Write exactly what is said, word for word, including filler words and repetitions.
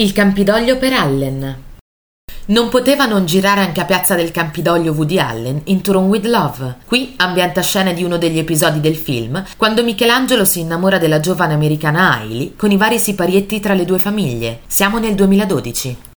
Il Campidoglio per Allen. Non poteva non girare anche a Piazza del Campidoglio Woody Allen in To Rome with Love. Qui ambienta scene di uno degli episodi del film, quando Michelangelo si innamora della giovane americana Hailey, con i vari siparietti tra le due famiglie. Siamo nel duemiladodici.